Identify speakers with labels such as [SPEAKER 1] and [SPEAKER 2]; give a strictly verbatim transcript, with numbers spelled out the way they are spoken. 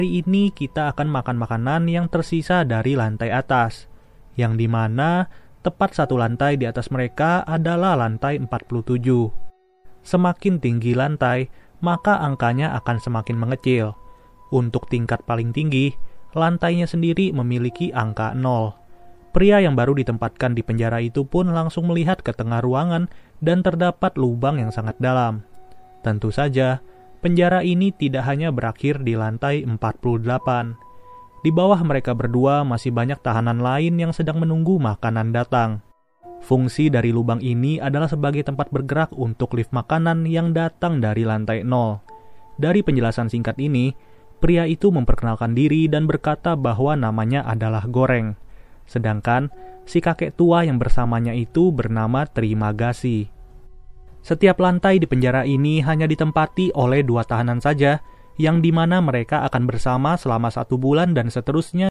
[SPEAKER 1] Hari ini kita akan makan makanan yang tersisa dari lantai atas, yang dimana tepat satu lantai di atas mereka adalah lantai empat puluh tujuh. Semakin tinggi lantai, maka angkanya akan semakin mengecil. Untuk tingkat paling tinggi, lantainya sendiri memiliki angka nol. Pria yang baru ditempatkan di penjara itu pun langsung melihat ke tengah ruangan dan terdapat lubang yang sangat dalam. Tentu saja, penjara ini tidak hanya berakhir di lantai empat puluh delapan. Di bawah mereka berdua masih banyak tahanan lain yang sedang menunggu makanan datang. Fungsi dari lubang ini adalah sebagai tempat bergerak untuk lift makanan yang datang dari lantai nol. Dari penjelasan singkat ini, pria itu memperkenalkan diri dan berkata bahwa namanya adalah Goreng. Sedangkan si kakek tua yang bersamanya itu bernama Trimagasi. Setiap lantai di penjara ini hanya ditempati oleh dua tahanan saja, yang dimana mereka akan bersama selama satu bulan dan seterusnya